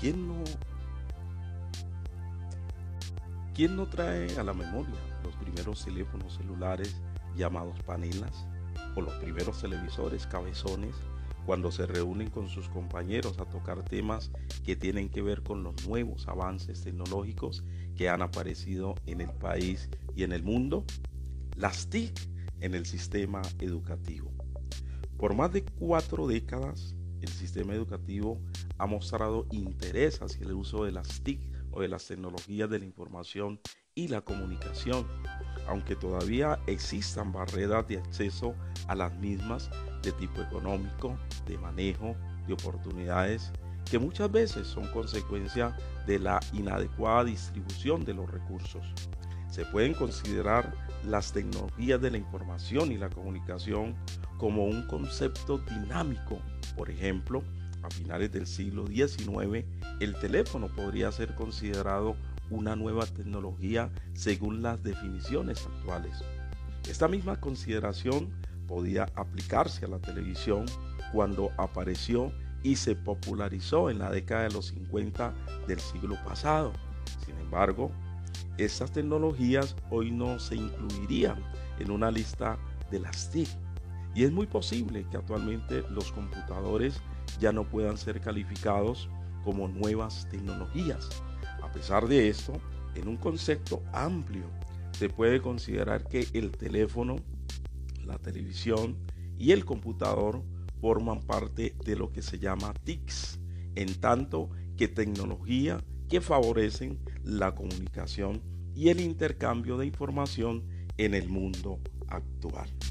¿Quién no, quién no trae a la memoria los primeros teléfonos celulares llamados panelas o los primeros televisores cabezones cuando se reúnen con sus compañeros a tocar temas que tienen que ver con los nuevos avances tecnológicos que han aparecido en el país y en el mundo? Las TIC en el sistema educativo. Por más de 4 décadas, el sistema educativo ha mostrado interés hacia el uso de las TIC o de las tecnologías de la información y la comunicación, aunque todavía existan barreras de acceso a las mismas de tipo económico, de manejo, de oportunidades, que muchas veces son consecuencia de la inadecuada distribución de los recursos. Se pueden considerar las tecnologías de la información y la comunicación como un concepto dinámico. Por ejemplo, a finales del siglo XIX, el teléfono podría ser considerado una nueva tecnología según las definiciones actuales. Esta misma consideración podía aplicarse a la televisión cuando apareció y se popularizó en la década de los 50 del siglo pasado. Sin embargo, estas tecnologías hoy no se incluirían en una lista de las TIC, y es muy posible que actualmente los computadores ya no puedan ser calificados como nuevas tecnologías. A pesar de esto, en un concepto amplio, se puede considerar que el teléfono, la televisión y el computador forman parte de lo que se llama TICs, en tanto que tecnología que favorecen la comunicación y el intercambio de información en el mundo actual.